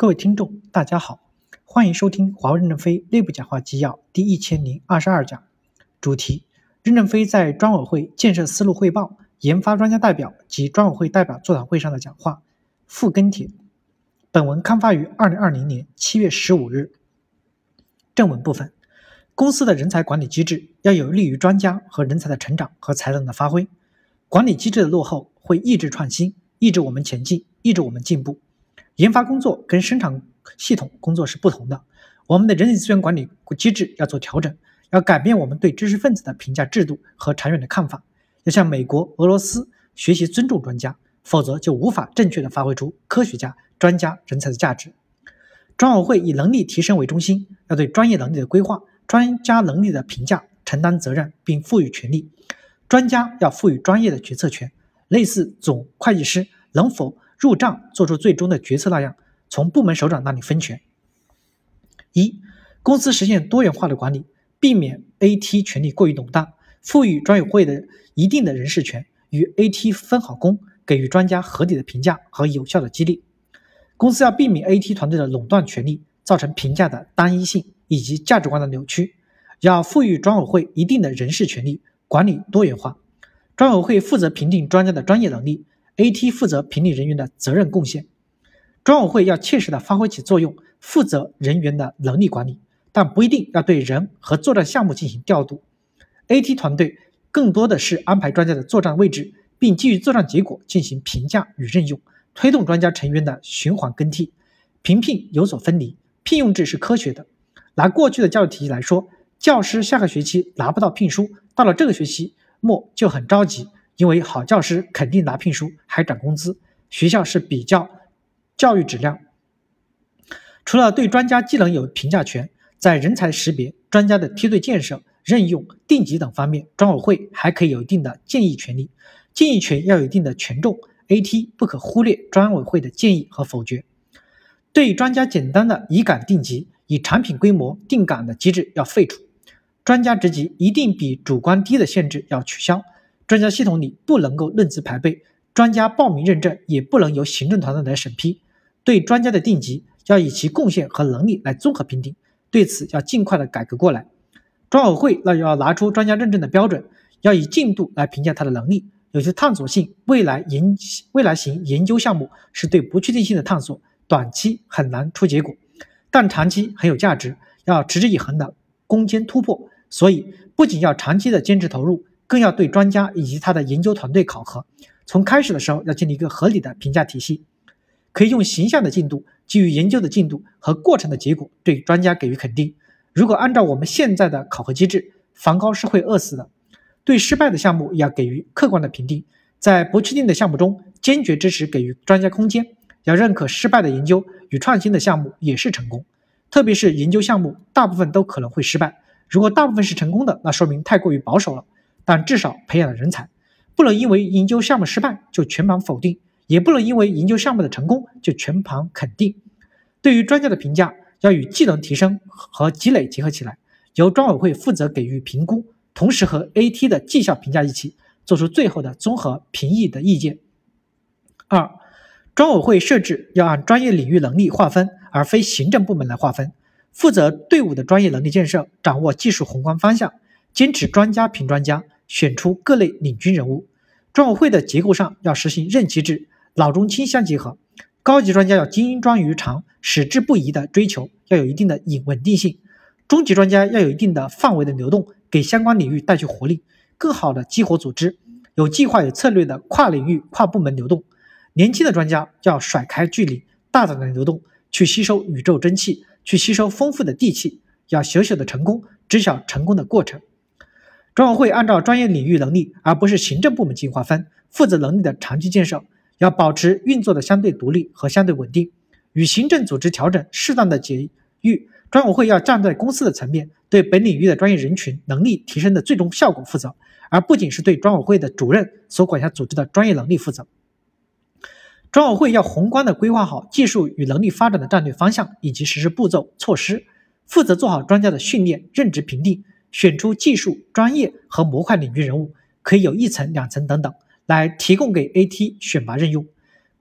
各位听众，大家好，欢迎收听华为任正非内部讲话纪要第1022讲，主题：任正非在专委会建设思路汇报、研发专家代表及专委会代表座谈会上的讲话。附跟帖。本文刊发于2020年7月15日。正文部分：公司的人才管理机制要有利于专家和人才的成长和才能的发挥。管理机制的落后会抑制创新，抑制我们前进，抑制我们进步。研发工作跟生产系统工作是不同的，我们的人力资源管理机制要做调整，要改变我们对知识分子的评价制度和长远的看法，要向美国、俄罗斯学习尊重专家，否则就无法正确的发挥出科学家、专家人才的价值。专委会以能力提升为中心，要对专业能力的规划、专家能力的评价承担责任并赋予权利。专家要赋予专业的决策权，类似总会计师能否入账做出最终的决策那样，从部门首长那里分权。一、公司实现多元化的管理，避免 AT 权力过于垄断，赋予专委会的一定的人事权，与 AT 分好工，给予专家合理的评价和有效的激励。公司要避免 AT 团队的垄断权力，造成评价的单一性以及价值观的扭曲，要赋予专委会一定的人事权力，管理多元化。专委会负责评定专家的专业能力， AT 负责评定人员的责任贡献。专委会要切实的发挥其作用，负责人员的能力管理，但不一定要对人和作战项目进行调度。AT 团队更多的是安排专家的作战位置，并基于作战结果进行评价与任用，推动专家成员的循环更替，评聘有所分离，聘用制是科学的。拿过去的教育体系来说，教师下个学期拿不到聘书，到了这个学期末就很着急，因为好教师肯定拿聘书还涨工资，学校是比较教育质量。除了对专家技能有评价权，在人才识别、专家的梯队建设、任用、定级等方面，专委会还可以有一定的建议权利，建议权要有一定的权重， AT 不可忽略专委会的建议和否决。对专家简单的以岗定级、以产品规模定岗的机制要废除，专家职级一定比主观低的限制要取消，专家系统里不能够论资排辈，专家报名认证也不能由行政团队来审批。对专家的定级要以其贡献和能力来综合评定，对此要尽快的改革过来。专委会要拿出专家认证的标准，要以进度来评价他的能力。有些探索性未来型研究项目是对不确定性的探索，短期很难出结果，但长期很有价值，要持之以恒的攻坚突破。所以不仅要长期的坚持投入，更要对专家以及他的研究团队考核，从开始的时候要建立一个合理的评价体系，可以用形象的进度，基于研究的进度和过程的结果对专家给予肯定。如果按照我们现在的考核机制，梵高是会饿死的。对失败的项目也要给予客观的评定，在不确定的项目中坚决支持给予专家空间，要认可失败的研究与创新的项目也是成功，特别是研究项目大部分都可能会失败，如果大部分是成功的，那说明太过于保守了，但至少培养了人才。不能因为研究项目失败就全盘否定，也不能因为研究项目的成功就全盘肯定。对于专家的评价要与技能提升和积累结合起来，由专委会负责给予评估，同时和 AT 的绩效评价一起做出最后的综合评议的意见。二、专委会设置要按专业领域能力划分，而非行政部门来划分，负责队伍的专业能力建设，掌握技术宏观方向，坚持专家评专家，选出各类领军人物。专委会的结构上要实行任期制，老中青相结合，高级专家要精专于长，矢志不移的追求，要有一定的稳定性，中级专家要有一定的范围的流动，给相关领域带去活力，更好的激活组织，有计划有策略的跨领域跨部门流动。年轻的专家要甩开距离，大胆的流动，去吸收宇宙真气，去吸收丰富的地气，要小小的成功，知晓成功的过程。专委会按照专业领域能力，而不是行政部门进行划分，负责能力的长期建设，要保持运作的相对独立和相对稳定，与行政组织调整适当的节育。专委会要站在公司的层面，对本领域的专业人群能力提升的最终效果负责，而不仅是对专委会的主任所管辖组织的专业能力负责。专委会要宏观的规划好技术与能力发展的战略方向以及实施步骤措施，负责做好专家的训练、任职评定，选出技术、专业和模块领军人物，可以有1层、2层等等，来提供给 AT 选拔任用。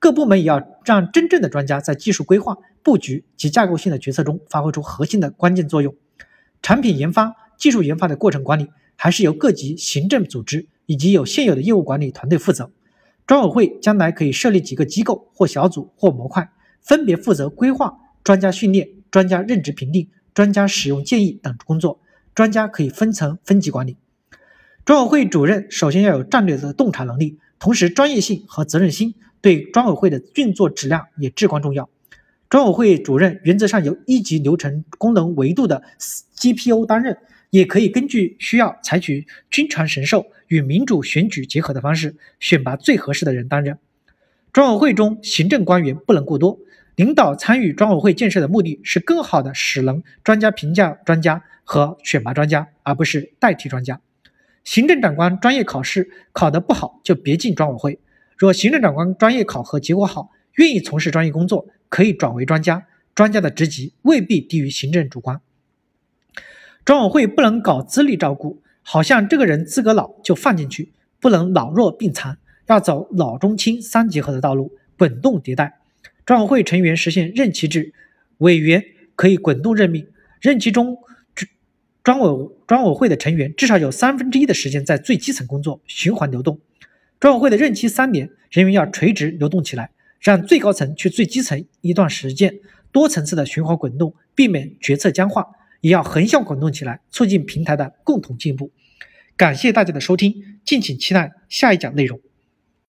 各部门也要让真正的专家在技术规划、布局及架构性的决策中发挥出核心的关键作用。产品研发、技术研发的过程管理还是由各级行政组织以及有现有的业务管理团队负责。专委会将来可以设立几个机构或小组或模块，分别负责规划、专家训练、专家任职评定、专家使用建议等工作，专家可以分层分级管理。专委会主任首先要有战略的洞察能力，同时专业性和责任心对专委会的运作质量也至关重要。专委会主任原则上由一级流程功能维度的 GPO 担任，也可以根据需要采取君权神授与民主选举结合的方式，选拔最合适的人担任。专委会中行政官员不能过多，领导参与专委会建设的目的是更好的使能专家评价专家和选拔专家，而不是代替专家。行政长官专业考试考得不好就别进专委会，若行政长官专业考核结果好，愿意从事专业工作，可以转为专家，专家的职级未必低于行政主官。专委会不能搞资历照顾，好像这个人资格老就放进去，不能老弱病残，要走老中青三结合的道路，滚动迭代。专委会成员实现任期制，委员可以滚动任命，任期中专委会的成员至少有1/3的时间在最基层工作，循环流动。专委会的任期3年，人员要垂直流动起来，让最高层去最基层一段时间，多层次的循环滚动，避免决策僵化，也要横向滚动起来，促进平台的共同进步。感谢大家的收听，敬请期待下一讲内容。